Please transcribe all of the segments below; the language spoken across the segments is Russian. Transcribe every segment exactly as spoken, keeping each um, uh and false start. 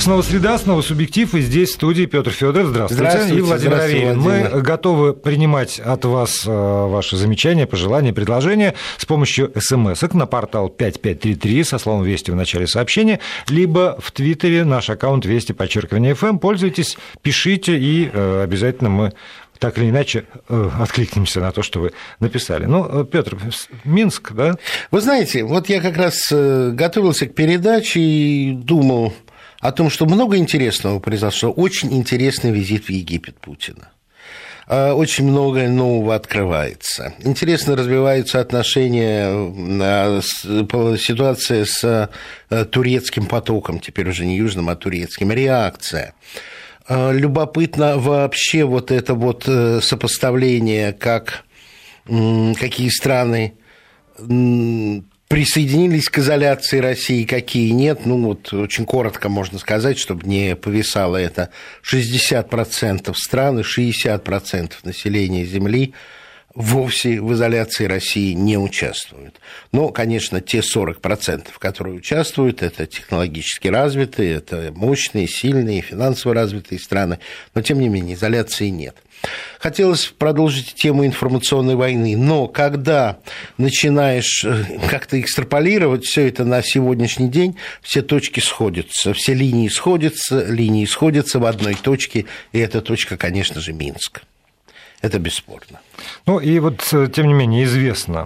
Снова среда, снова субъектив, и здесь в студии Петр Федоров. Здравствуйте. Здравствуйте. И Владимир Аверин. Мы Владимир. готовы принимать от вас ваши замечания, пожелания, предложения с помощью смс-ок на портал пять пять три три со словом «Вести» в начале сообщения, либо в Твиттере наш аккаунт Вести, подчеркивание эф эм. Пользуйтесь, пишите, и обязательно мы так или иначе откликнемся на то, что вы написали. Ну, Петр, Минск, да? Вы знаете, вот я как раз готовился к передаче и думал о том, что много интересного произошло. Очень интересный визит в Египет Путина. Очень многое нового открывается. Интересно развиваются отношения, ситуация с турецким потоком, теперь уже не южным, а турецким, реакция. Любопытно вообще вот это вот сопоставление, как, какие страны присоединились к изоляции России, какие нет. Ну, вот очень коротко можно сказать, чтобы не повисало это. шестьдесят процентов стран и шестьдесят процентов населения Земли вовсе в изоляции России не участвуют. Но, конечно, те сорок процентов, которые участвуют, это технологически развитые, это мощные, сильные, финансово развитые страны, но, тем не менее, изоляции нет. Хотелось продолжить тему информационной войны, но когда начинаешь как-то экстраполировать все это на сегодняшний день, все точки сходятся, все линии сходятся, линии сходятся в одной точке, и эта точка, конечно же, Минск. Это бесспорно. Ну и вот, тем не менее, известно,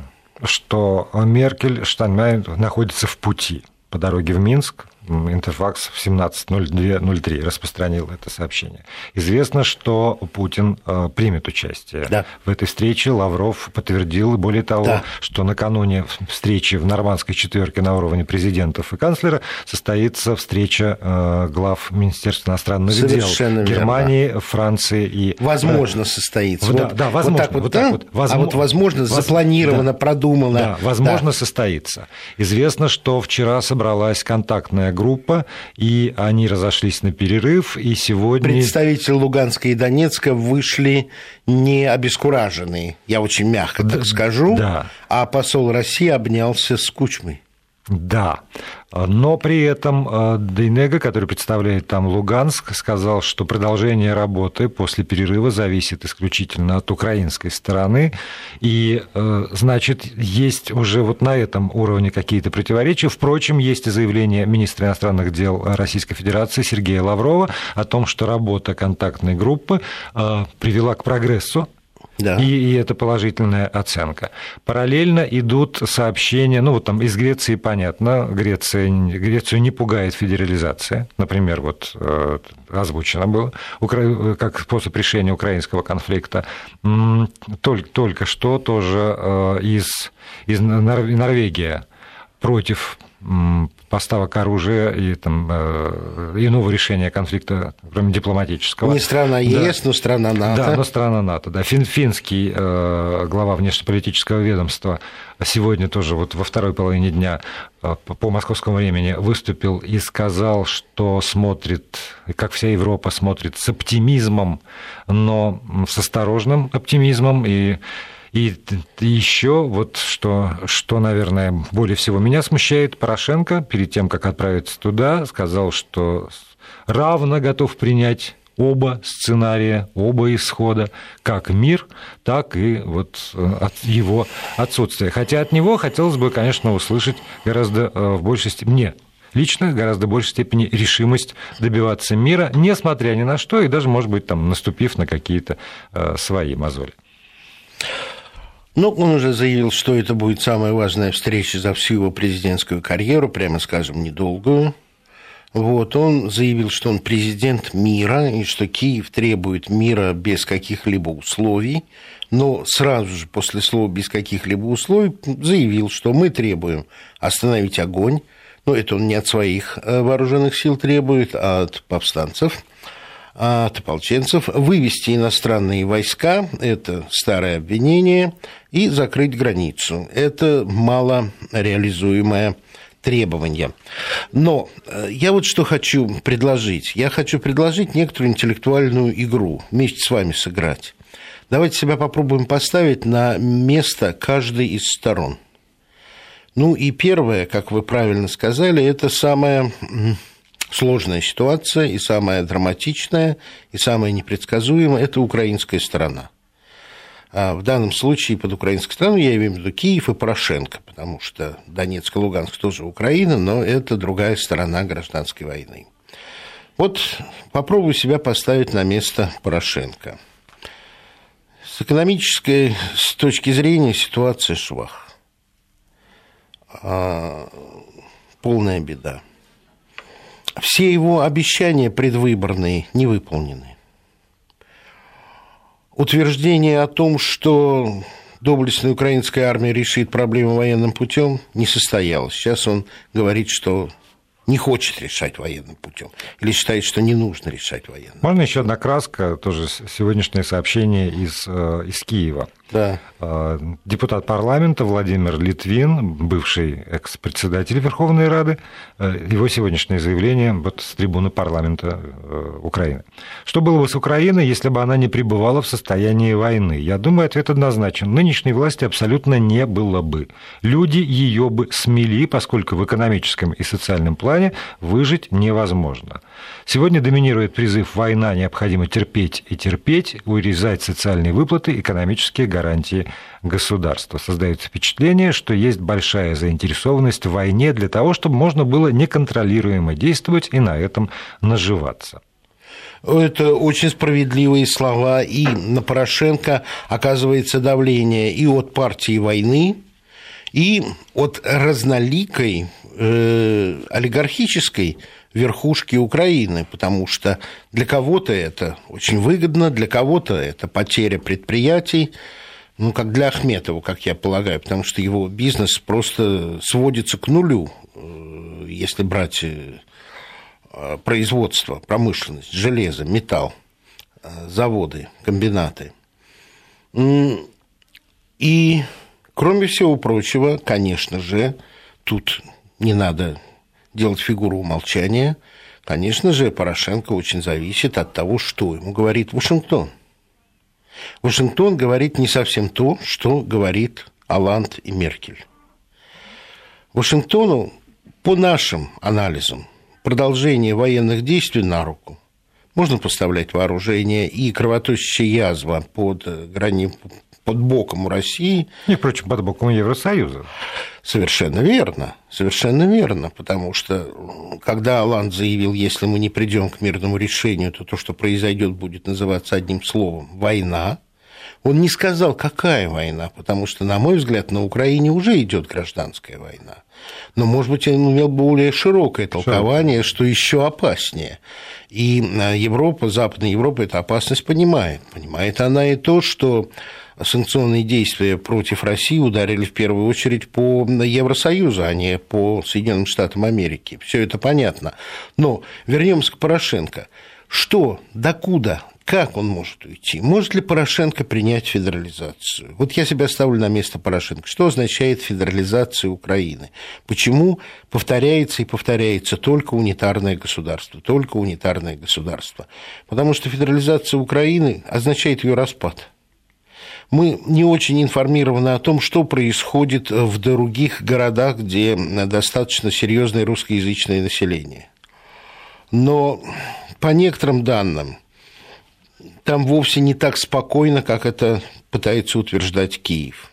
что Меркель, Штайнмайер находится в пути по дороге в Минск. Интерфакс в семнадцать ноль два ноль три распространил это сообщение. Известно, что Путин примет участие да. в этой встрече. Лавров подтвердил, более того, да. что накануне встречи в нормандской четверке на уровне президентов и канцлера состоится встреча глав Министерства иностранных Совершенно дел Германии, верно. Франции и... Возможно, состоится. Да, вот, да, возможно. Вот так вот, вот так вот. Возможно, а вот возможно, воз... запланировано, да. продумано. Да, возможно, да. состоится. Известно, что вчера собралась контактная группа, и они разошлись на перерыв, и сегодня... Представители Луганска и Донецка вышли не обескураженные, я очень мягко да, так скажу, да. а посол России обнялся с Кучмой. Да, но при этом Дейнега, который представляет там Луганск, сказал, что продолжение работы после перерыва зависит исключительно от украинской стороны, и, значит, есть уже вот на этом уровне какие-то противоречия. Впрочем, есть и заявление министра иностранных дел Российской Федерации Сергея Лаврова о том, что работа контактной группы привела к прогрессу. Да. И, и это положительная оценка. Параллельно идут сообщения, ну вот там из Греции понятно, Греция, Грецию не пугает федерализация, например, вот э, озвучено было, как способ решения украинского конфликта. Только, только что тоже э, из, из Норвегия против поставок оружия и там, иного решения конфликта, кроме дипломатического. Не страна ЕС, да. но страна НАТО. Да, но страна НАТО. Да. Фин, финский э, глава внешнеполитического ведомства сегодня тоже вот во второй половине дня э, по московскому времени выступил и сказал, что смотрит, как вся Европа смотрит с оптимизмом, но с осторожным оптимизмом. И И еще вот что, что, наверное, более всего меня смущает, Порошенко перед тем, как отправиться туда, сказал, что равно готов принять оба сценария, оба исхода, как мир, так и вот от его отсутствия. Хотя от него хотелось бы, конечно, услышать гораздо в большей степени, мне лично гораздо большей степени решимость добиваться мира, несмотря ни на что, и даже, может быть, там, наступив на какие-то свои мозоли. Ну, он уже заявил, что это будет самая важная встреча за всю его президентскую карьеру, прямо скажем, недолгую. Вот, он заявил, что он президент мира, и что Киев требует мира без каких-либо условий, но сразу же после слова «без каких-либо условий» заявил, что мы требуем остановить огонь, но это он не от своих вооруженных сил требует, а от повстанцев, от ополченцев, вывести иностранные войска, это старое обвинение, и закрыть границу. Это малореализуемое требование. Но я вот что хочу предложить. Я хочу предложить некоторую интеллектуальную игру, вместе с вами сыграть. Давайте себя попробуем поставить на место каждой из сторон. Ну и первое, как вы правильно сказали, это самое сложная ситуация, и самая драматичная, и самая непредсказуемая – это украинская сторона. А в данном случае под украинской стороной я имею в виду Киев и Порошенко, потому что Донецк и Луганск тоже Украина, но это другая сторона гражданской войны. Вот попробую себя поставить на место Порошенко. С экономической с точки зрения ситуация швах. Полная беда. Все его обещания предвыборные не выполнены. Утверждение о том, что доблестная украинская армия решит проблему военным путем, не состоялось. Сейчас он говорит, что не хочет решать военным путем, или считает, что не нужно решать военным. Можно еще одна краска, тоже сегодняшнее сообщение из, из Киева. Да. Депутат парламента Владимир Литвин, бывший экс-председатель Верховной Рады, его сегодняшнее заявление вот с трибуны парламента Украины. Что было бы с Украиной, если бы она не пребывала в состоянии войны? Я думаю, ответ однозначен. Нынешней власти абсолютно не было бы. Люди ее бы смели, поскольку в экономическом и социальном плане выжить невозможно. Сегодня доминирует призыв «война, необходимо терпеть и терпеть», урезать социальные выплаты, экономические гарантии государства. Создается впечатление, что есть большая заинтересованность в войне для того, чтобы можно было неконтролируемо действовать и на этом наживаться. Это очень справедливые слова, и на Порошенко оказывается давление и от партии войны, и от разноликой э, олигархической верхушки Украины, потому что для кого-то это очень выгодно, для кого-то это потеря предприятий, ну, как для Ахметова, как я полагаю, потому что его бизнес просто сводится к нулю, если брать производство, промышленность, железо, металл, заводы, комбинаты. И, кроме всего прочего, конечно же, тут не надо делать фигуру умолчания, конечно же, Порошенко очень зависит от того, что ему говорит Вашингтон. Вашингтон говорит не совсем то, что говорит Олланд и Меркель. Вашингтону, по нашим анализам, продолжение военных действий на руку. Можно поставлять вооружение, и кровоточащая язва под, грани... под боком у России. И, впрочем, под боком Евросоюза. Совершенно верно, совершенно верно, потому что, когда Олланд заявил, если мы не придем к мирному решению, то то, что произойдет, будет называться одним словом «война», он не сказал, какая война, потому что, на мой взгляд, на Украине уже идет гражданская война. Но, может быть, он имел более широкое толкование, что еще опаснее. И Европа, Западная Европа эту опасность понимает. Понимает она и то, что санкционные действия против России ударили в первую очередь по Евросоюзу, а не по Соединенным Штатам Америки. Все это понятно. Но вернемся к Порошенко. Что, докуда, как он может уйти? Может ли Порошенко принять федерализацию? Вот я себя ставлю на место Порошенко. Что означает федерализация Украины? Почему повторяется и повторяется только унитарное государство? Только унитарное государство. Потому что федерализация Украины означает ее распад. Мы не очень информированы о том, что происходит в других городах, где достаточно серьезное русскоязычное население. Но по некоторым данным, там вовсе не так спокойно, как это пытается утверждать Киев.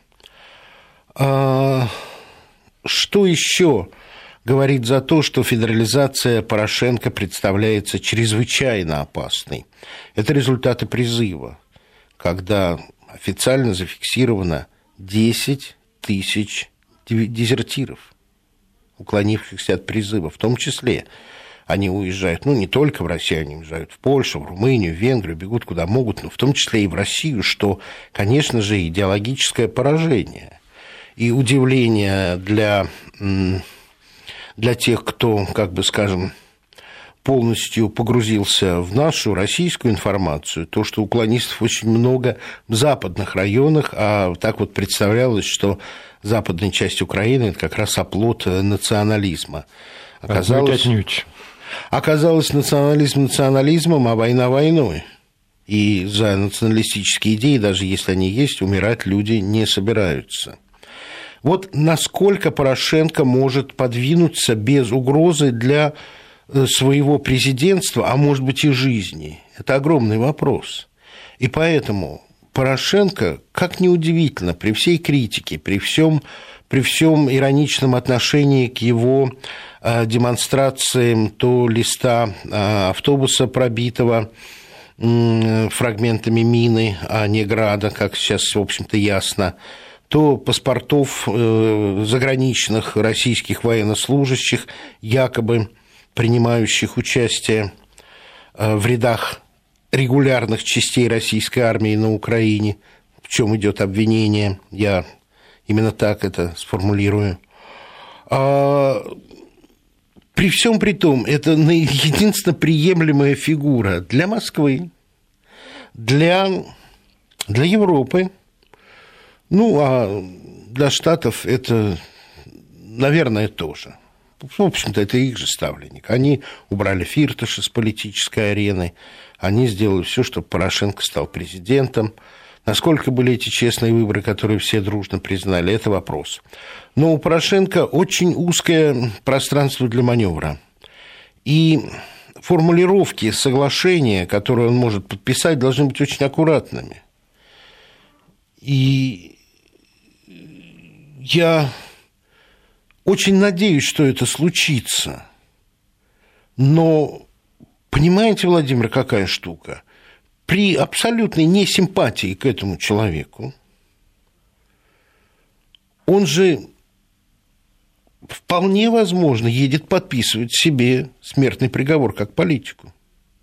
А что еще говорит за то, что федерализация Порошенко представляется чрезвычайно опасной? Это результаты призыва, когда официально зафиксировано десять тысяч дезертиров, уклонившихся от призыва, в том числе. Они уезжают, ну, не только в Россию, они уезжают в Польшу, в Румынию, в Венгрию, бегут куда могут, но в том числе и в Россию, что, конечно же, идеологическое поражение и удивление для, для тех, кто, как бы скажем, полностью погрузился в нашу российскую информацию, то, что уклонистов очень много в западных районах, а так вот представлялось, что западная часть Украины – это как раз оплот национализма. Оказалось, отнюдь. Оказалось, национализм национализмом, а война войной. И за националистические идеи, даже если они есть, умирать люди не собираются. Вот насколько Порошенко может подвинуться без угрозы для своего президентства, а может быть и жизни. Это огромный вопрос. И поэтому Порошенко, как ни удивительно, при всей критике, при всем, при всем ироничном отношении к его э, демонстрациям то листа э, автобуса, пробитого э, фрагментами мины, а не града, как сейчас, в общем-то, ясно, то паспортов э, заграничных российских военнослужащих, якобы принимающих участие э, в рядах регулярных частей российской армии на Украине, в чем идет обвинение, я именно так это сформулирую. А, при всем при том, это единственно приемлемая фигура для Москвы, для, для Европы, ну, а для Штатов это, наверное, тоже. В общем-то, это их же ставленник. Они убрали Фирташа с политической арены, они сделали все, чтобы Порошенко стал президентом. Насколько были эти честные выборы, которые все дружно признали, это вопрос. Но у Порошенко очень узкое пространство для маневра. И формулировки соглашения, которые он может подписать, должны быть очень аккуратными. И я очень надеюсь, что это случится. Но понимаете, Владимир, какая штука? При абсолютной несимпатии к этому человеку он же вполне возможно едет подписывать себе смертный приговор как политику.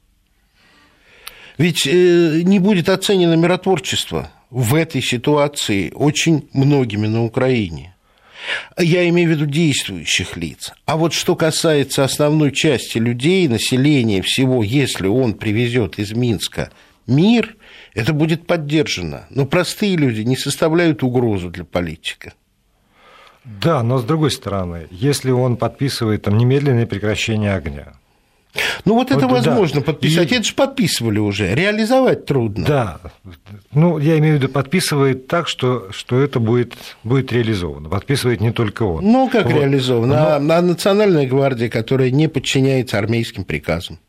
Ведь э, не будет оценено миротворчество в этой ситуации очень многими на Украине. Я имею в виду действующих лиц. А вот что касается основной части людей, населения всего, если он привезет из Минска мир, это будет поддержано. Но простые люди не составляют угрозу для политика. Да, но с другой стороны, если он подписывает там немедленное прекращение огня. Ну, вот это вот, возможно да. подписать. И... Это же подписывали уже. Реализовать трудно. Да. Ну, я имею в виду, подписывает так, что, что это будет, будет реализовано. Подписывает не только он. Ну, как вот. реализовано? Но... А, а Национальная гвардия, которая не подчиняется армейским приказам.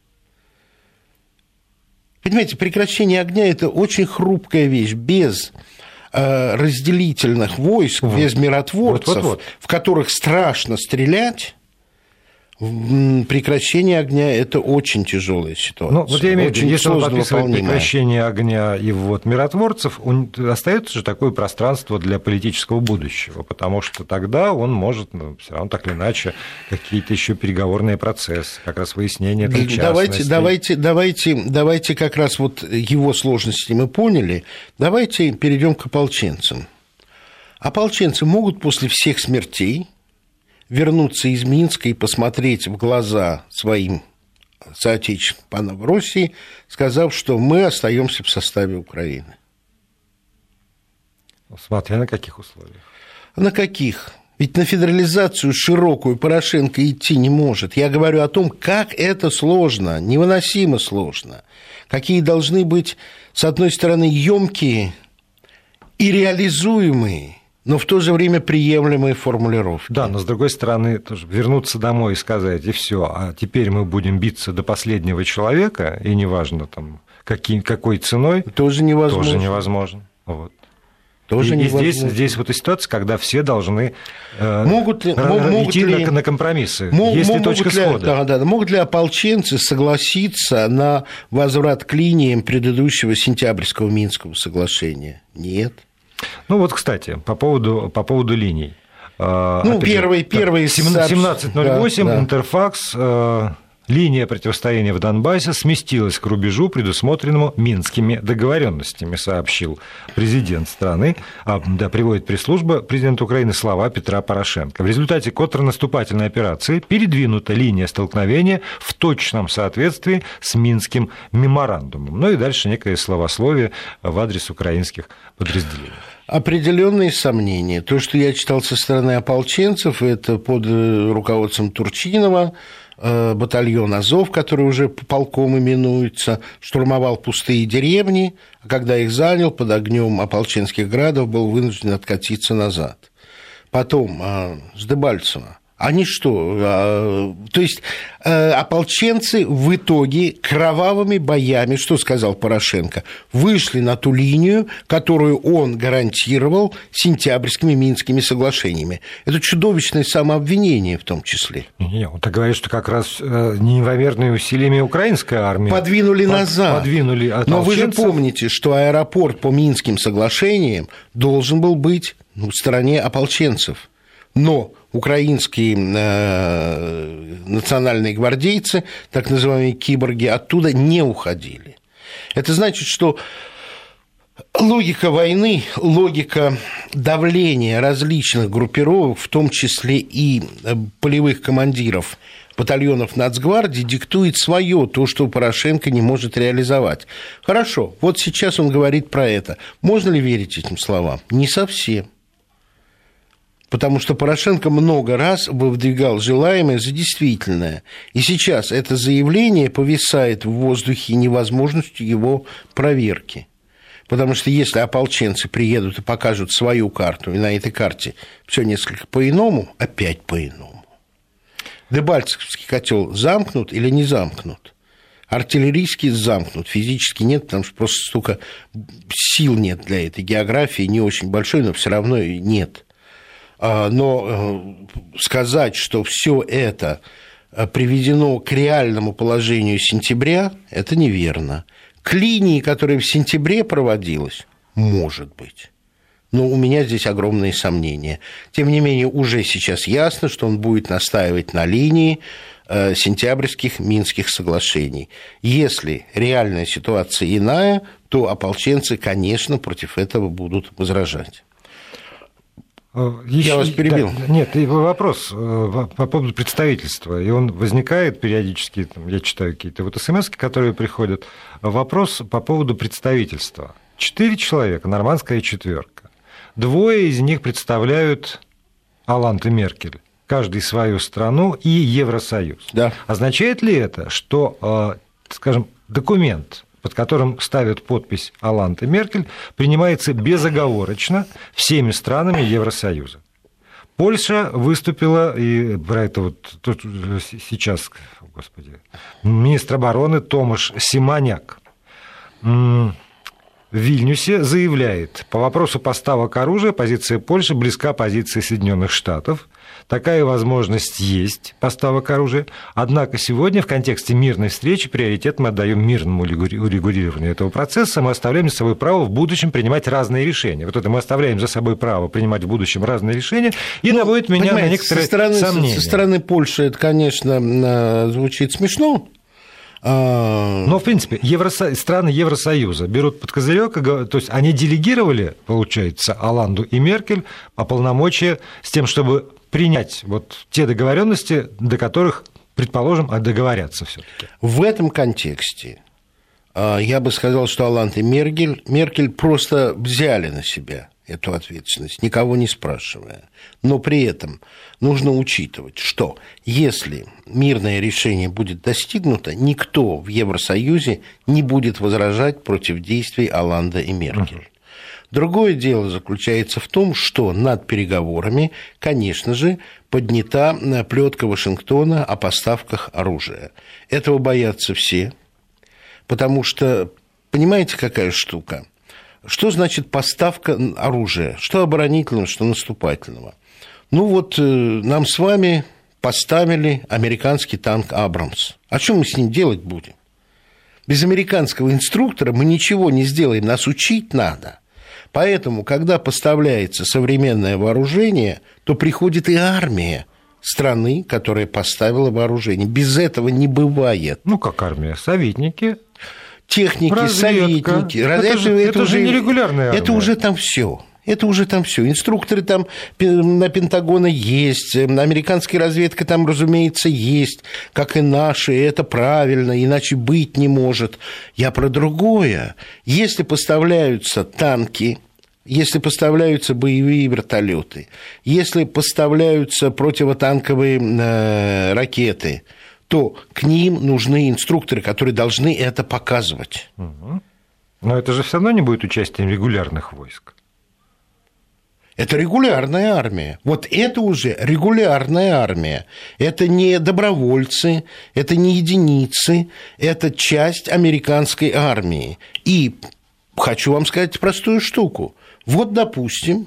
Понимаете, прекращение огня – это очень хрупкая вещь. Без э, разделительных войск, вот. без миротворцев, вот, вот, вот. в которых страшно стрелять, прекращение огня – это очень тяжелая ситуация. Ну, вот я имею в виду, если он подписывает прекращение огня и вот миротворцев, он, остается же такое пространство для политического будущего, потому что тогда он может, ну, все равно так или иначе, какие-то еще переговорные процессы, как раз выяснение причастности. Давайте, давайте, давайте, давайте как раз вот его сложности мы поняли, давайте перейдем к ополченцам. Ополченцы могут после всех смертей вернуться из Минска и посмотреть в глаза своим соотечественникам в России, сказав, что мы остаемся в составе Украины. Смотря на каких условиях. На каких? Ведь на федерализацию широкую Порошенко идти не может. Я говорю о том, как это сложно, невыносимо сложно. Какие должны быть, с одной стороны, ёмкие и реализуемые, но в то же время приемлемые формулировки. Да, но с другой стороны, тоже вернуться домой и сказать, и все, а теперь мы будем биться до последнего человека, и неважно, там, каким, какой ценой, тоже невозможно. Тоже невозможно. Вот. Тоже и и здесь, здесь вот и ситуация, когда все должны э, могут ли, р- идти ли, на, на компромиссы, мог, есть ли могут точка ли, схода. Да, да, могут ли ополченцы согласиться на возврат к линиям предыдущего сентябрьского Минского соглашения? Нет. Ну вот, кстати, по поводу, по поводу линий. Ну, опять первый, же, первый семнадцать ноль восемь, да, да. Интерфакс, линия противостояния в Донбассе сместилась к рубежу, предусмотренному Минскими договоренностями, сообщил президент страны, а, да, приводит пресс-служба президента Украины слова Петра Порошенко. В результате контрнаступательной операции передвинута линия столкновения в точном соответствии с Минским меморандумом. Ну и дальше некое словословие в адрес украинских подразделений. Определенные сомнения. То, что я читал со стороны ополченцев, это под руководством Турчинова, батальон «Азов», который уже полком именуется, штурмовал пустые деревни, а когда их занял, под огнем ополченских градов был вынужден откатиться назад. Потом с Дебальцево Они что? То есть ополченцы в итоге кровавыми боями, что сказал Порошенко, вышли на ту линию, которую он гарантировал сентябрьскими Минскими соглашениями. Это чудовищное самообвинение в том числе. Не, он так говорит, что как раз неимоверными усилиями украинской армии подвинули под, назад. Подвинули ополченцев. Но вы же помните, что аэропорт по Минским соглашениям должен был быть в стороне ополченцев. Но украинские э, национальные гвардейцы, так называемые киборги, оттуда не уходили. Это значит, что логика войны, логика давления различных группировок, в том числе и полевых командиров батальонов Нацгвардии, диктует свое, то, что Порошенко не может реализовать. Хорошо, вот сейчас он говорит про это. Можно ли верить этим словам? Не совсем. Потому что Порошенко много раз выдвигал желаемое за действительное. И сейчас это заявление повисает в воздухе невозможностью его проверки. Потому что если ополченцы приедут и покажут свою карту, и на этой карте все несколько по-иному, опять по-иному. Дебальцевский котел замкнут или не замкнут? Артиллерийский замкнут, физически нет, потому что просто столько сил нет для этой географии, не очень большой, но все равно нет. Но сказать, что все это приведено к реальному положению сентября, это неверно. К линии, которая в сентябре проводилась, может быть. Но у меня здесь огромные сомнения. Тем не менее, уже сейчас ясно, что он будет настаивать на линии сентябрьских Минских соглашений. Если реальная ситуация иная, то ополченцы, конечно, против этого будут возражать. Еще, Я вас перебил. Да, нет, вопрос по поводу представительства, и он возникает периодически, там, я читаю какие-то вот смс-ки, которые приходят. Вопрос по поводу представительства. Четыре человека, нормандская четверка. Двое из них представляют Оланд и Меркель, каждый свою страну и Евросоюз. Да. Означает ли это, что, скажем, документ, под которым ставят подпись Оланд и Меркель, принимается безоговорочно всеми странами Евросоюза? Польша выступила, и про это вот тут сейчас, господи, министр обороны Томаш Симоняк в Вильнюсе заявляет, по вопросу поставок оружия позиция Польши близка позиции Соединенных Штатов. Такая возможность есть, поставок оружия. Однако сегодня в контексте мирной встречи приоритет мы отдаем мирному урегулированию этого процесса. Мы оставляем за собой право в будущем принимать разные решения. Вот это мы оставляем за собой право принимать в будущем разные решения, и ну, наводит меня на некоторые со стороны, сомнения. Со стороны Польши это, конечно, звучит смешно. Но, в принципе, Евросо... страны Евросоюза берут под козырек, то есть они делегировали, получается, Оланду и Меркель полномочия с тем, чтобы принять вот те договоренности, до которых, предположим, договорятся все-таки. В этом контексте я бы сказал, что Оланд и Меркель, Меркель просто взяли на себя эту ответственность, никого не спрашивая. Но при этом нужно учитывать, что если мирное решение будет достигнуто, никто в Евросоюзе не будет возражать против действий Оланда и Меркель. Uh-huh. Другое дело заключается в том, что над переговорами, конечно же, поднята плетка Вашингтона о поставках оружия. Этого боятся все, потому что, понимаете, какая штука? Что значит поставка оружия? Что оборонительного, что наступательного? Ну вот нам с вами поставили американский танк «Абрамс». А что мы с ним делать будем? Без американского инструктора мы ничего не сделаем, нас учить надо. Поэтому, когда поставляется современное вооружение, то приходит и армия страны, которая поставила вооружение. Без этого не бывает. Ну, как армия? Советники. Техники, разведка. Советники. Это, это, же, это, это уже нерегулярная армия. Это уже там все. Это уже там все. Инструкторы там на Пентагона есть, американская разведка там, разумеется, есть, как и наши, это правильно, иначе быть не может. Я про другое. Если поставляются танки, если поставляются боевые вертолеты, если поставляются противотанковые э, ракеты, то к ним нужны инструкторы, которые должны это показывать. Угу. Но это же все равно не будет участием регулярных войск. Это регулярная армия. Вот это уже регулярная армия. Это не добровольцы, это не единицы, это часть американской армии. И хочу вам сказать простую штуку. Вот, допустим,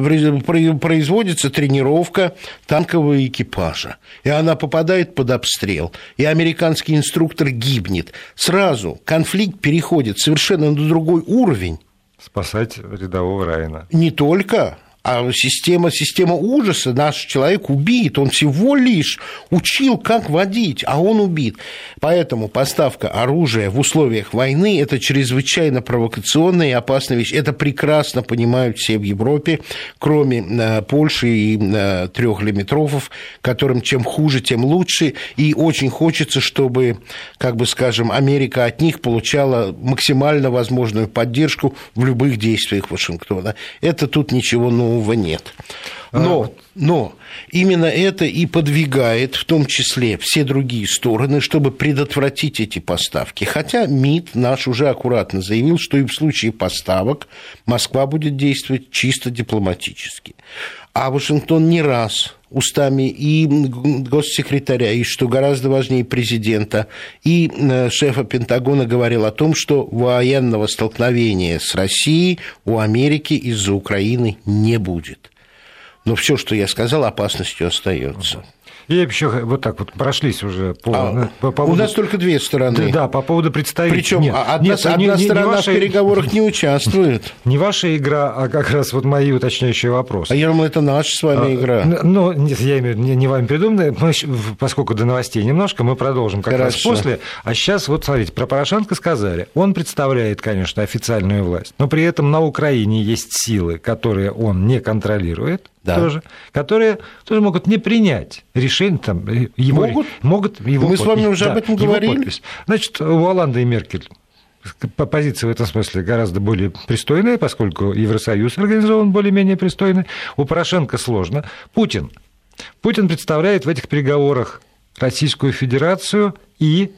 производится тренировка танкового экипажа, и она попадает под обстрел, и американский инструктор гибнет. Сразу конфликт переходит совершенно на другой уровень. Спасать рядового Райана. Не только... А система, система ужаса, наш человек убит, он всего лишь учил, как водить, а он убит. Поэтому поставка оружия в условиях войны – это чрезвычайно провокационная и опасная вещь. Это прекрасно понимают все в Европе, кроме э, Польши и э, трех лимитрофов, которым чем хуже, тем лучше. И очень хочется, чтобы, как бы скажем, Америка от них получала максимально возможную поддержку в любых действиях Вашингтона. Это тут ничего нового нет. Но, но именно это и подвигает, в том числе, все другие стороны, чтобы предотвратить эти поставки. Хотя МИД наш уже аккуратно заявил, что и в случае поставок Москва будет действовать чисто дипломатически. А Вашингтон не раз устами и госсекретаря, и, что гораздо важнее, президента, и шефа Пентагона говорил о том, что военного столкновения с Россией у Америки из-за Украины не будет. Но все, что я сказал, опасностью остается. И еще вот так вот прошлись уже по, а, по поводу... У нас только две стороны. Да, да, по поводу представителей. Причем нет, одна, нет, одна не, сторона не ваша... в переговорах не участвует. Не ваша игра, а как раз вот мои уточняющие вопросы. А я думаю, это наша с вами игра. А, ну, нет, я имею в виду, не, не вами придуманная. Мы, поскольку до новостей немножко, мы продолжим как Хорошо. раз после. А сейчас вот смотрите, про Порошенко сказали. Он представляет, конечно, официальную власть, но при этом на Украине есть силы, которые он не контролирует. Да. Тоже, которые тоже могут не принять решение, там, его, могут? могут его Мы подпись. с вами уже да, об этом говорили. Подпись. Значит, у Оланды и Меркель позиция в этом смысле гораздо более пристойная, поскольку Евросоюз организован более-менее пристойный. У Порошенко сложно. Путин. Путин представляет в этих переговорах Российскую Федерацию и...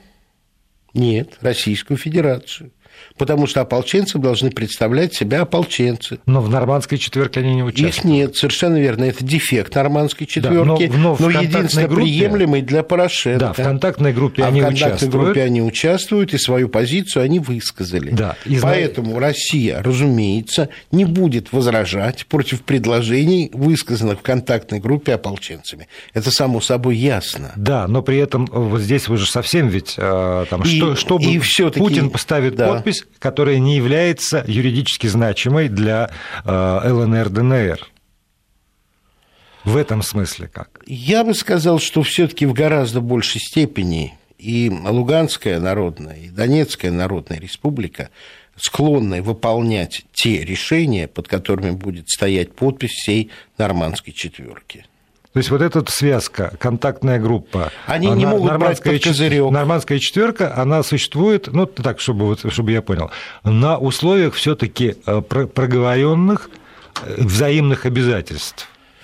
Нет, Российскую Федерацию. Потому что ополченцы должны представлять себя ополченцы. Но в нормандской четверке они не участвуют. Их нет, совершенно верно. Это дефект нормандской четверки, да, но, но, но единственно группе... приемлемый для Порошенко. Да, в контактной группе а они участвуют. А в контактной участвуют. группе они участвуют, и свою позицию они высказали. Да, и поэтому зна... Россия, разумеется, не будет возражать против предложений, высказанных в контактной группе ополченцами. Это само собой ясно. Да, но при этом вот здесь вы же совсем ведь... Там, и, что, чтобы и Путин поставит да. подпись, которая не является юридически значимой для эл эн эр дэ эн эр. В этом смысле как? Я бы сказал, что все-таки в гораздо большей степени и Луганская народная, и Донецкая народная республика склонны выполнять те решения, под которыми будет стоять подпись всей нормандской четверки. То есть вот эта связка, контактная группа, они не могут брать под козырёк. Нормандская четверка, она существует, ну так, чтобы, чтобы я понял, на условиях все-таки проговоренных взаимных обязательств.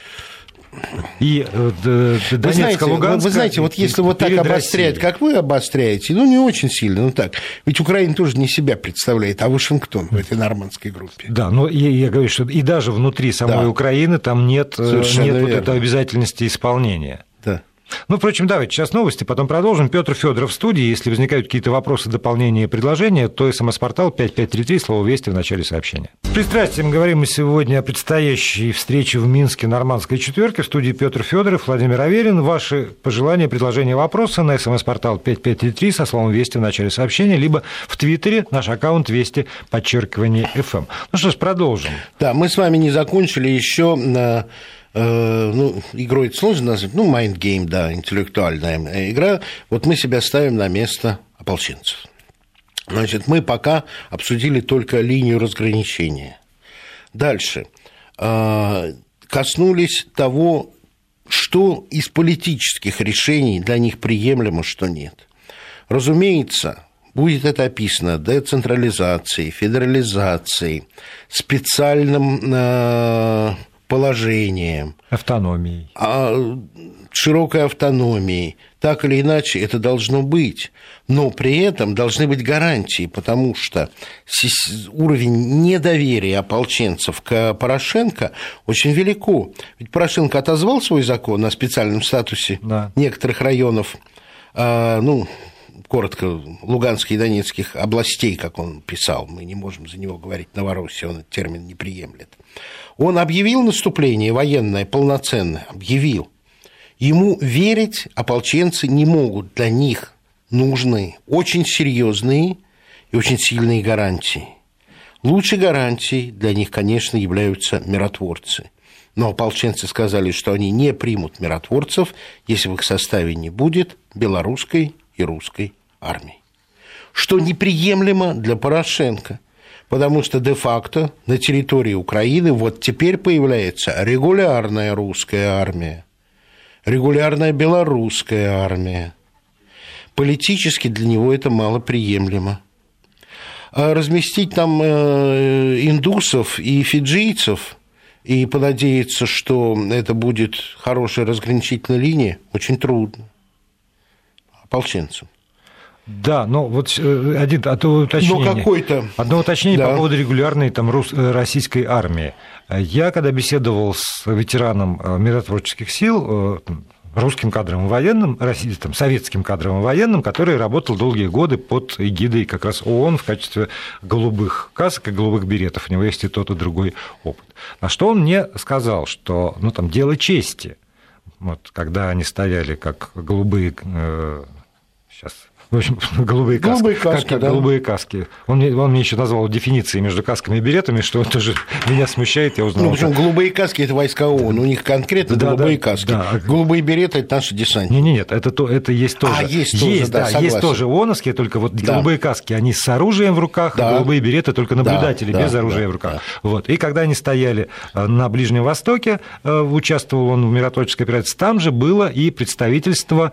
И Донецк, Луганск. Вы знаете, вот если вот так обострять, как вы обостряете, ну, не очень сильно, ну так. Ведь Украина тоже не себя представляет, а Вашингтон в этой нормандской группе. Да, но я, я говорю, что и даже внутри самой да. Украины там нет, нет вот этой обязательности исполнения. Да. Ну, впрочем, давайте сейчас новости, потом продолжим. Петр Федоров в студии. Если возникают какие-то вопросы, дополнения, предложения, то смс-портал пять пять три три, слово «Вести» в начале сообщения. С пристрастием говорим мы сегодня о предстоящей встрече в Минске нормандской четверки. В студии Петр Федоров, Владимир Аверин. Ваши пожелания, предложения, вопросы на смс-портал пять пять три три со словом «Вести» в начале сообщения, либо в Твиттере наш аккаунт «Вести», подчеркивание эф эм. Ну что ж, продолжим. Да, мы с вами не закончили еще на... Ну, игрой это сложно назвать, ну, mind game, да, интеллектуальная игра. Вот мы себя ставим на место ополченцев. Значит, мы пока обсудили только линию разграничения. Дальше. Коснулись того, что из политических решений для них приемлемо, что нет. Разумеется, будет это описано децентрализацией, федерализацией, специальным... положением, автономией, широкой автономией, Так или иначе, это должно быть. Но при этом должны быть гарантии, потому что уровень недоверия ополченцев к Порошенко очень велико. Ведь Порошенко отозвал свой закон о специальном статусе да. некоторых районов, э, ну, коротко, Луганских и Донецких областей, как он писал, мы не можем за него говорить Новороссия, он этот термин не приемлет. Он объявил наступление военное полноценное, объявил. Ему верить ополченцы не могут, для них нужны очень серьезные и очень сильные гарантии. Лучшей гарантией для них, конечно, являются миротворцы. Но ополченцы сказали, что они не примут миротворцев, если в их составе не будет белорусской и русской армии. Что неприемлемо для Порошенко, потому что де-факто на территории Украины вот теперь появляется регулярная русская армия, регулярная белорусская армия. Политически для него это малоприемлемо. А разместить там индусов и фиджийцев и понадеяться, что это будет хорошая разграничительная линия, очень трудно. Ополченцам. Да, но вот один, одно уточнение, но какой-то... одно уточнение да. по поводу регулярной там, рус, российской армии. Я, когда беседовал с ветераном миротворческих сил, русским кадровым военным, там, советским кадровым военным, который работал долгие годы под эгидой как раз ООН в качестве голубых касок и голубых беретов. У него есть и тот, и другой опыт. На что он мне сказал, что ну, там, дело чести. Вот, когда они стояли как голубые... Э, сейчас... В общем, голубые каски. Голубые каски, как, да. Голубые каски. Он мне, он мне еще назвал дефиниции между касками и беретами, что тоже меня смущает, я узнал. Ну, причем голубые каски – это войска ООН, у них конкретно да, голубые да, каски. Да. Голубые береты – это наши десантники. Нет, нет, нет, это, то, это есть тоже. А, есть тоже, есть, да, да, есть тоже ООНовские, только вот да. голубые каски, они с оружием в руках, да. а голубые береты только наблюдатели, да, без да, оружия да, в руках. Да. Вот. И когда они стояли на Ближнем Востоке, участвовал он в миротворческой операции, там же было и представительство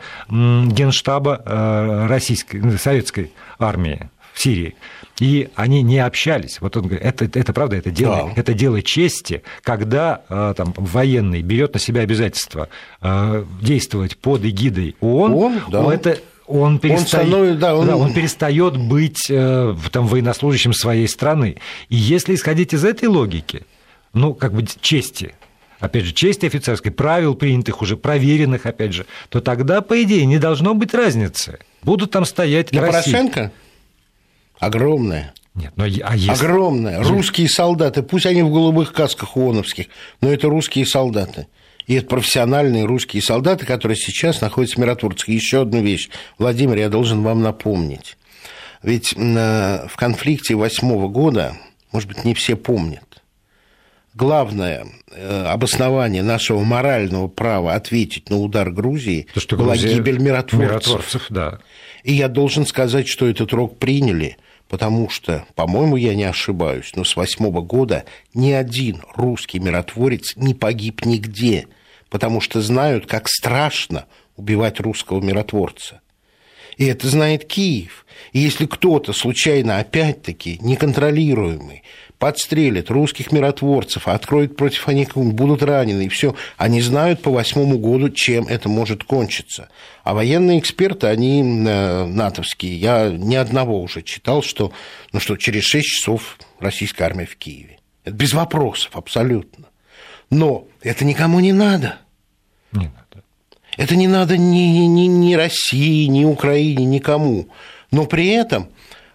Генштаба российской, советской армии в Сирии, и они не общались. Вот он говорит, это, это правда, это дело, да. это дело чести, когда там, военный берет на себя обязательство действовать под эгидой ООН, ООН да. это он, перестает, он, становится, да, он... Да, он перестает быть там, военнослужащим своей страны. И если исходить из этой логики, ну, как бы чести, опять же, чести офицерской, правил принятых уже, проверенных, опять же, то тогда, по идее, не должно быть разницы. Будут там стоять Для Россия. Порошенко огромная. Нет, но, а если... Огромная. Русские солдаты, пусть они в голубых касках ООНовских, но это русские солдаты. И это профессиональные русские солдаты, которые сейчас находятся в миротворцах. И еще одну вещь, Владимир, я должен вам напомнить. Ведь в конфликте восьмого года, может быть, не все помнят, главное обоснование нашего морального права ответить на удар Грузии То, что была Грузия... гибель миротворцев. миротворцев да. И я должен сказать, что этот рок приняли, потому что, по-моему, я не ошибаюсь, но с восьмого года ни один русский миротворец не погиб нигде, потому что знают, как страшно убивать русского миротворца. И это знает Киев. И если кто-то случайно, опять-таки, неконтролируемый, подстрелит русских миротворцев, откроет против них, будут ранены, и все, они знают по восьмому году, чем это может кончиться. А военные эксперты, они натовские, я ни одного уже читал, что, ну что, через шесть часов российская армия в Киеве. Это без вопросов, абсолютно. Но это никому не надо. Не надо. Это не надо ни, ни, ни России, ни Украине, никому. Но при этом...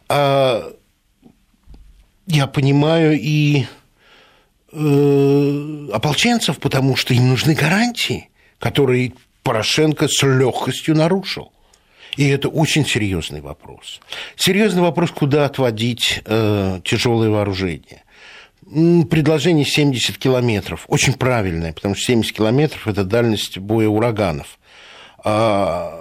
Я понимаю и э, ополченцев, потому что им нужны гарантии, которые Порошенко с легкостью нарушил. И это очень серьезный вопрос. Серьезный вопрос, куда отводить э, тяжелое вооружение. Предложение семьдесят километров. Очень правильное, потому что семьдесят километров – это дальность боя ураганов. А,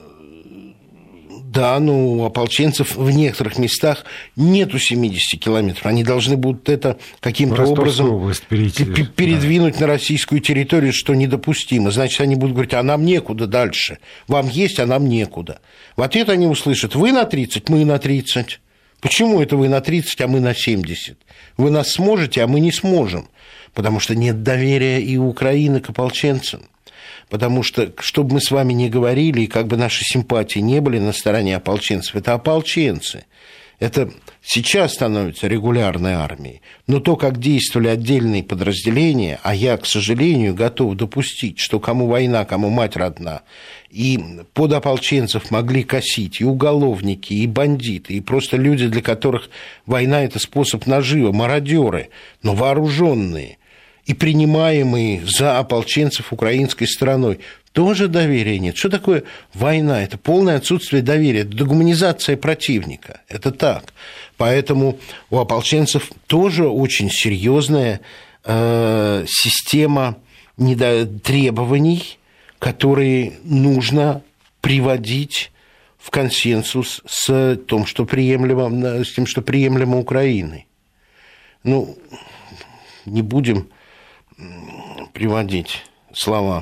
Да, ну, у ополченцев в некоторых местах нету семидесяти километров. Они должны будут это каким-то образом перейти, передвинуть да. на российскую территорию, что недопустимо. Значит, они будут говорить, а нам некуда дальше. Вам есть, а нам некуда. В ответ они услышат, вы на тридцать, мы на тридцать. Почему это вы на тридцать, а мы на семьдесят? Вы нас сможете, а мы не сможем. Потому что нет доверия и у Украины к ополченцам. Потому что, чтобы мы с вами не говорили, и как бы наши симпатии не были на стороне ополченцев, это ополченцы. Это сейчас становится регулярной армией. Но то, как действовали отдельные подразделения, а я, к сожалению, готов допустить, что кому война, кому мать родна, и под ополченцев могли косить и уголовники, и бандиты, и просто люди, для которых война – это способ нажива, мародеры, но вооруженные и принимаемые за ополченцев украинской стороной. Тоже доверия нет. Что такое война? Это полное отсутствие доверия, это дегуманизация противника. Это так. Поэтому у ополченцев тоже очень серьезная э, система требований, которые нужно приводить в консенсус с тем, что приемлемо, с тем, что приемлемо Украиной. Ну, не будем приводить слова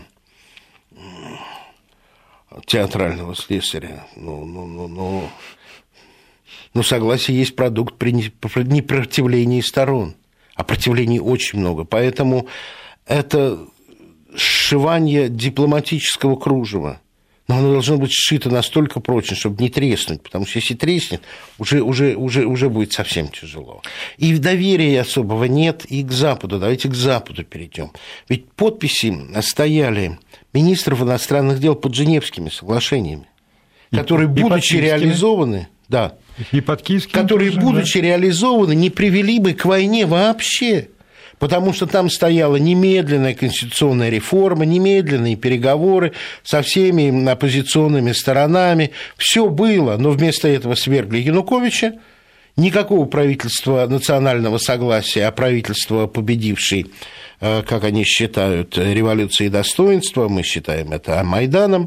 театрального слесаря. Ну, ну, ну, ну, ну, согласие есть продукт при непротивлении сторон. А противлений очень много. Поэтому это сшивание дипломатического кружева. Но оно должно быть сшито настолько прочно, чтобы не треснуть. Потому что если треснет, уже, уже, уже, уже будет совсем тяжело. И доверия особого нет и к Западу. Давайте к Западу перейдем. Ведь подписи стояли министров иностранных дел под Женевскими соглашениями, и, которые, и будучи реализованы, да, и под Киевскими которые, тоже, будучи да. реализованы, не привели бы к войне вообще. Потому что там стояла немедленная конституционная реформа, немедленные переговоры со всеми оппозиционными сторонами. Все было, но вместо этого свергли Януковича. Никакого правительства национального согласия, а правительство, победившей, как они считают, революцией достоинства, мы считаем это Майданом,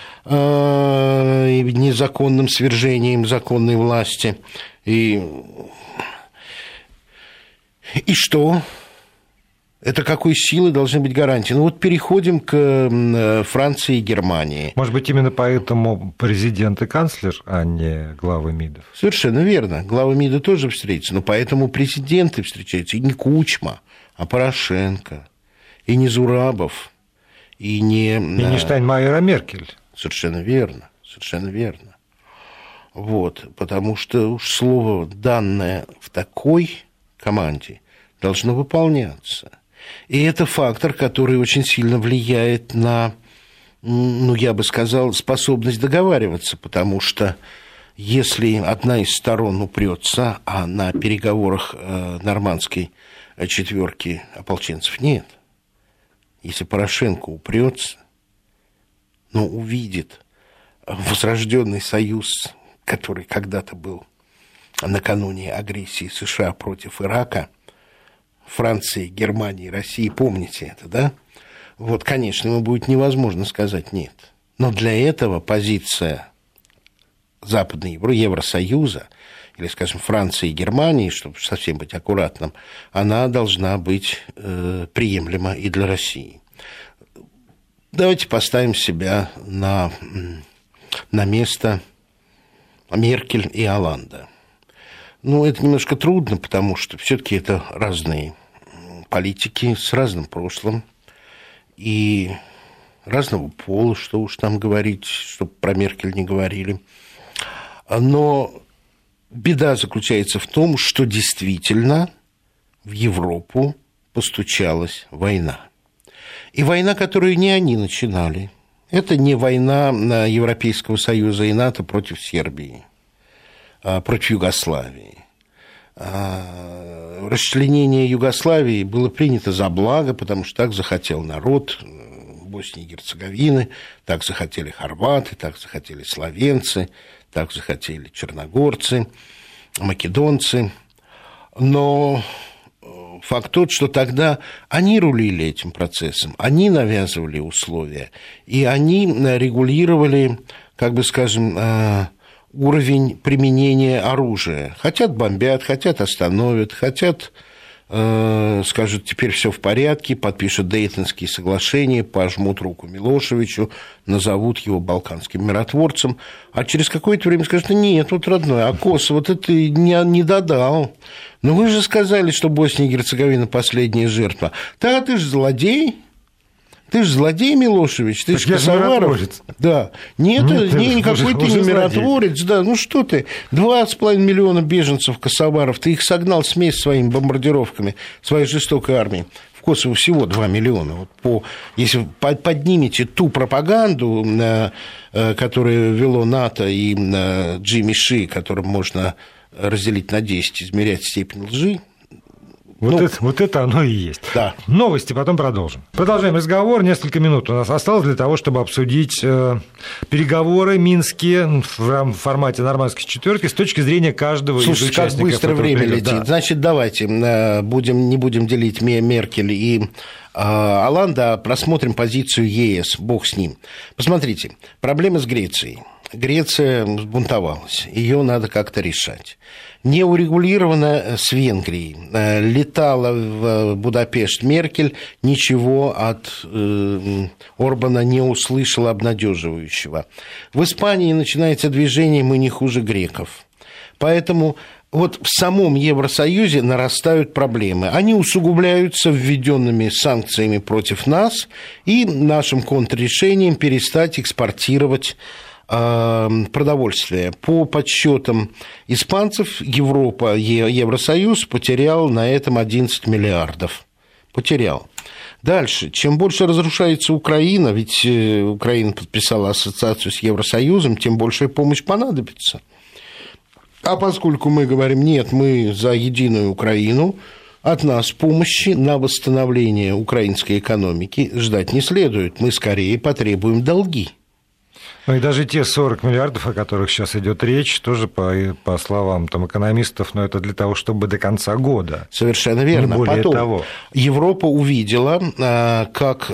незаконным свержением законной власти. И, и что? Это какой силы должны быть гарантии? Ну вот переходим к Франции и Германии. Может быть, именно поэтому президент и канцлер, а не главы МИДов? Совершенно верно. Главы МИДа тоже встретятся, но поэтому президенты встречаются. И не Кучма, а Порошенко, и не Зурабов, и не... И не Штайнмайер, а Меркель. Совершенно верно, совершенно верно. Вот, потому что уж слово, данное в такой команде, должно выполняться. И это фактор, который очень сильно влияет на, ну, я бы сказал, способность договариваться, потому что если одна из сторон упрется, а на переговорах нормандской четверки ополченцев нет, если Порошенко упрется, но увидит возрожденный союз, который когда-то был накануне агрессии США против Ирака, Франции, Германии, России, помните это, да? Вот, конечно, ему будет невозможно сказать «нет». Но для этого позиция Западной Евро, Евросоюза, или, скажем, Франции и Германии, чтобы совсем быть аккуратным, она должна быть э, приемлема и для России. Давайте поставим себя на, на место Меркель и Олланда. Ну, это немножко трудно, потому что все-таки это разные политики с разным прошлым и разного пола, что уж там говорить, чтобы про Меркель не говорили. Но беда заключается в том, что действительно в Европу постучалась война. И война, которую не они начинали. Это не война Европейского Союза и НАТО против Сербии, против Югославии. Расчленение Югославии было принято за благо, потому что так захотел народ Боснии и Герцеговины, так захотели хорваты, так захотели словенцы, так захотели черногорцы, македонцы. Но факт тот, что тогда они рулили этим процессом, они навязывали условия, и они регулировали, как бы скажем, уровень применения оружия. Хотят бомбят, хотят остановят, хотят, э, скажут, теперь все в порядке, подпишут Дейтонские соглашения, пожмут руку Милошевичу, назовут его балканским миротворцем, а через какое-то время скажут: нет, вот, родной, а Косово вот ты не, не додал. Но вы же сказали, что Босния и Герцеговина последняя жертва. Да, ты же злодей. Ты же злодей, Милошевич, ты так же Косоваров. Да. Нет, Нет не, никакой ты не миротворец. Да, ну что ты, два с половиной миллиона беженцев Косоваров, ты их согнал с мест своими бомбардировками, своей жестокой армией. В Косово всего два миллиона. Вот по, если поднимете ту пропаганду, которую вело НАТО и Джимми Ши, которым можно разделить на десять, измерять степень лжи, Вот, ну, это, вот это оно и есть. Да. Новости, потом продолжим. Продолжаем разговор. Несколько минут у нас осталось для того, чтобы обсудить э, переговоры минские в формате нормандской четверки с точки зрения каждого Слушайте, из участников. Как быстро время летит. Да. Значит, давайте будем, не будем делить Меркель и Олланда, а просмотрим позицию ЕС. Бог с ним. Посмотрите, проблема с Грецией. Греция сбунтовалась. Ее надо как-то решать. Не урегулировано с Венгрией. Летала в Будапешт Меркель, ничего от э, Орбана не услышала обнадеживающего. В Испании начинается движение «Мы не хуже греков». Поэтому вот в самом Евросоюзе нарастают проблемы. Они усугубляются введенными санкциями против нас и нашим контррешением перестать экспортировать продовольствие. По подсчетам испанцев, Европа, Евросоюз потерял на этом одиннадцать миллиардов. Потерял. Дальше. Чем больше разрушается Украина, ведь Украина подписала ассоциацию с Евросоюзом, тем большая помощь понадобится. А поскольку мы говорим, нет, мы за единую Украину, от нас помощи на восстановление украинской экономики ждать не следует. Мы скорее потребуем долги. Ну и даже те сорок миллиардов, о которых сейчас идет речь, тоже, по, по словам там, экономистов, но это для того, чтобы до конца года. Совершенно верно. Не более Потом того. Европа увидела, как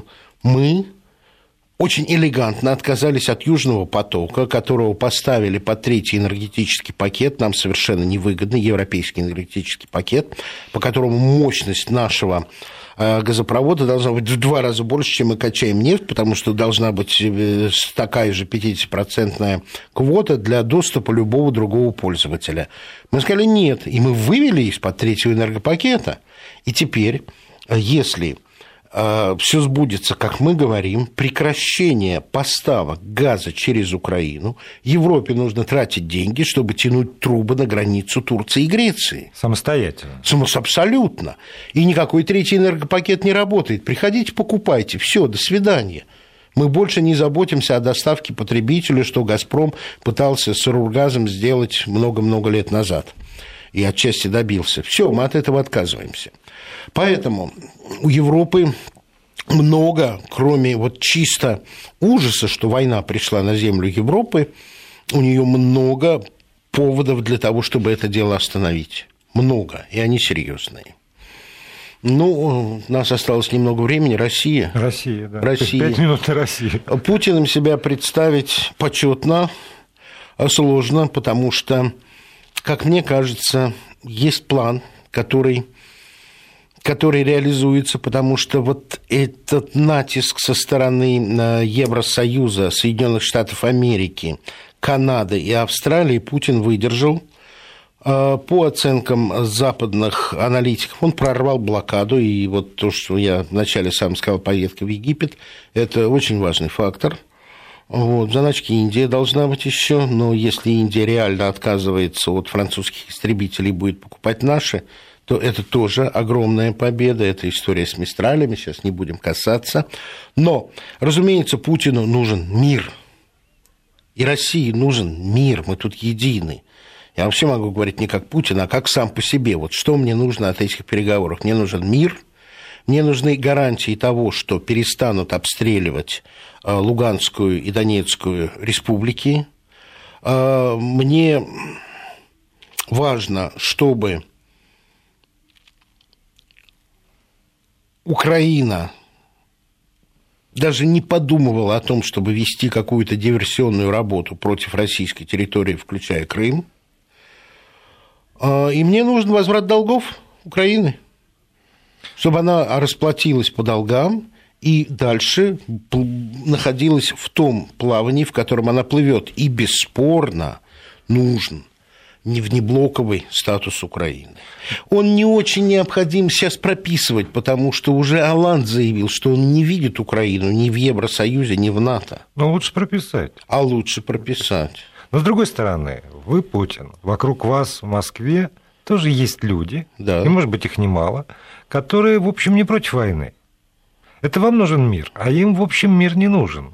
мы очень элегантно отказались от Южного потока, которого поставили под третий энергетический пакет, нам совершенно невыгодный европейский энергетический пакет, по которому мощность нашего газопровода должна быть в два раза больше, чем мы качаем нефть, потому что должна быть такая же пятидесятипроцентная квота для доступа любого другого пользователя. Мы сказали нет, и мы вывели из-под третьего энергопакета. И теперь, если все сбудется, как мы говорим, прекращение поставок газа через Украину, Европе нужно тратить деньги, чтобы тянуть трубы на границу Турции и Греции. Самостоятельно. Абсолютно. И никакой третий энергопакет не работает. Приходите, покупайте. Все, до свидания. Мы больше не заботимся о доставке потребителю, что «Газпром» пытался с «Рургазом» сделать много-много лет назад. И отчасти добился. Все, мы от этого отказываемся. Поэтому у Европы много, кроме вот чисто ужаса, что война пришла на землю Европы, у нее много поводов для того, чтобы это дело остановить. Много, и они серьезные. Ну, у нас осталось немного времени. Россия. Россия, да. Россия. Пять минут на Россию. Путиным себя представить почетно, сложно, потому что, как мне кажется, есть план, который, который реализуется, потому что вот этот натиск со стороны Евросоюза, Соединенных Штатов Америки, Канады и Австралии Путин выдержал. По оценкам западных аналитиков, он прорвал блокаду, и вот то, что я вначале сам сказал, поездка в Египет, это очень важный фактор. Вот, в заначке Индия должна быть еще, но если Индия реально отказывается от французских истребителей и будет покупать наши, то это тоже огромная победа, это история с Мистралями, сейчас не будем касаться. Но, разумеется, Путину нужен мир, и России нужен мир, мы тут едины. Я вообще могу говорить не как Путин, а как сам по себе. Вот что мне нужно от этих переговоров? Мне нужен мир, мне нужны гарантии того, что перестанут обстреливать Луганскую и Донецкую республики. Мне важно, чтобы Украина даже не подумывала о том, чтобы вести какую-то диверсионную работу против российской территории, включая Крым. И мне нужен возврат долгов Украины, чтобы она расплатилась по долгам и дальше находилась в том плавании, в котором она плывет. И бесспорно нужен внеблоковый статус Украины. Он не очень необходим сейчас прописывать, потому что уже Олланд заявил, что он не видит Украину ни в Евросоюзе, ни в НАТО. Но лучше прописать. А лучше прописать. Но, с другой стороны, вы Путин. Вокруг вас в Москве тоже есть люди, да. И, может быть, их немало, которые, в общем, не против войны. Это вам нужен мир, а им, в общем, мир не нужен.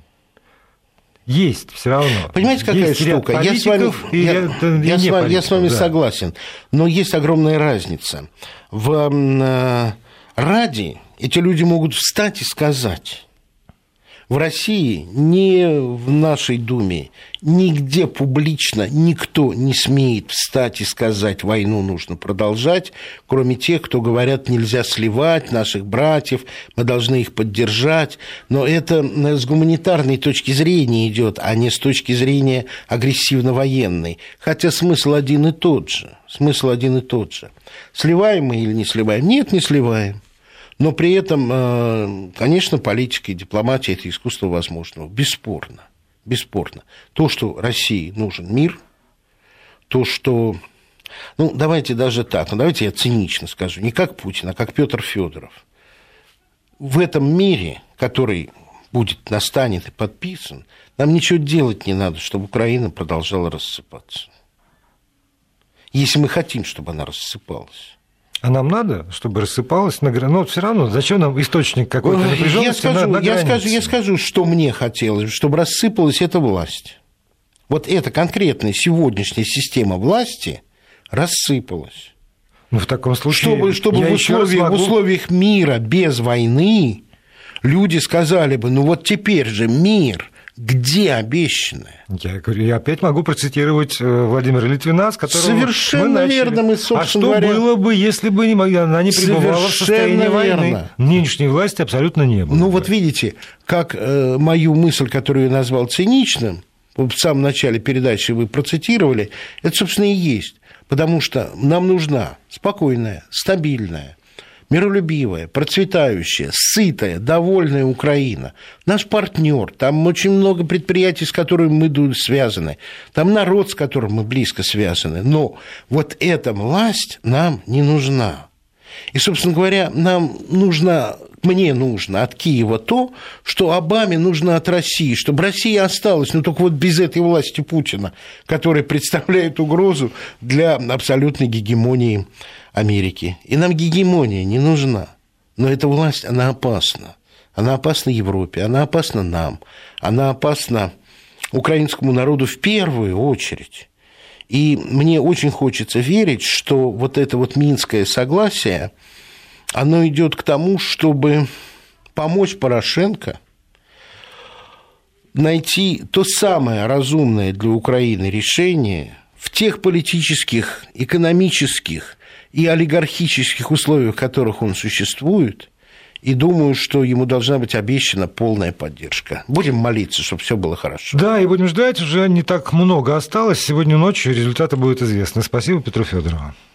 Есть все равно. Понимаете, какая есть штука? Я с вами, и я, ряд, я, и с вами, я с вами да. согласен, но есть огромная разница. В э, Раде эти люди могут встать и сказать: в России, ни в нашей Думе, нигде публично никто не смеет встать и сказать: войну нужно продолжать, кроме тех, кто говорят: нельзя сливать наших братьев, мы должны их поддержать. Но это с гуманитарной точки зрения идет, а не с точки зрения агрессивно-военной. Хотя смысл один и тот же. Смысл один и тот же. Сливаем мы или не сливаем? Нет, не сливаем. Но при этом, конечно, политика и дипломатия – это искусство возможного. Бесспорно. Бесспорно. То, что России нужен мир, то, что... Ну, давайте даже так, ну, давайте я цинично скажу, не как Путин, а как Петр Федоров. В этом мире, который будет, настанет и подписан, нам ничего делать не надо, чтобы Украина продолжала рассыпаться. Если мы хотим, чтобы она рассыпалась. А нам надо, чтобы рассыпалось на границе? Но все равно, зачем нам источник какой-то напряженности я скажу, на, на я скажу, я скажу, что мне хотелось, чтобы рассыпалась эта власть. Вот эта конкретная сегодняшняя система власти рассыпалась. Ну, в таком случае... Чтобы, чтобы в, условиях, могу... в условиях мира без войны люди сказали бы: ну вот теперь же мир... Где обещанное? Я говорю, я опять могу процитировать Владимира Литвина, с которого совершенно мы начали. Верно, мы, собственно а что говоря... было бы, если бы она не пребывала в состоянии верно. войны? Нынешней власти абсолютно не было. Ну, бы. Вот видите, как э, мою мысль, которую я назвал циничным, в самом начале передачи вы процитировали, это, собственно, и есть. Потому что нам нужна спокойная, стабильная, миролюбивая, процветающая, сытая, довольная Украина. Наш партнер, там очень много предприятий, с которыми мы связаны, там народ, с которым мы близко связаны. Но вот эта власть нам не нужна. И, собственно говоря, нам нужно, мне нужно от Киева то, что Обаме нужно от России, чтобы Россия осталась, но только вот без этой власти Путина, которая представляет угрозу для абсолютной гегемонии Америки. И нам гегемония не нужна. Но эта власть, она опасна. Она опасна Европе, она опасна нам, она опасна украинскому народу в первую очередь. И мне очень хочется верить, что вот это вот Минское согласие, оно идет к тому, чтобы помочь Порошенко найти то самое разумное для Украины решение в тех политических, экономических и олигархических условиях, в которых он существует, и думаю, что ему должна быть обещана полная поддержка. Будем молиться, чтобы все было хорошо. Да, и будем ждать, уже не так много осталось. Сегодня ночью результаты будут известны. Спасибо Петру Федорову.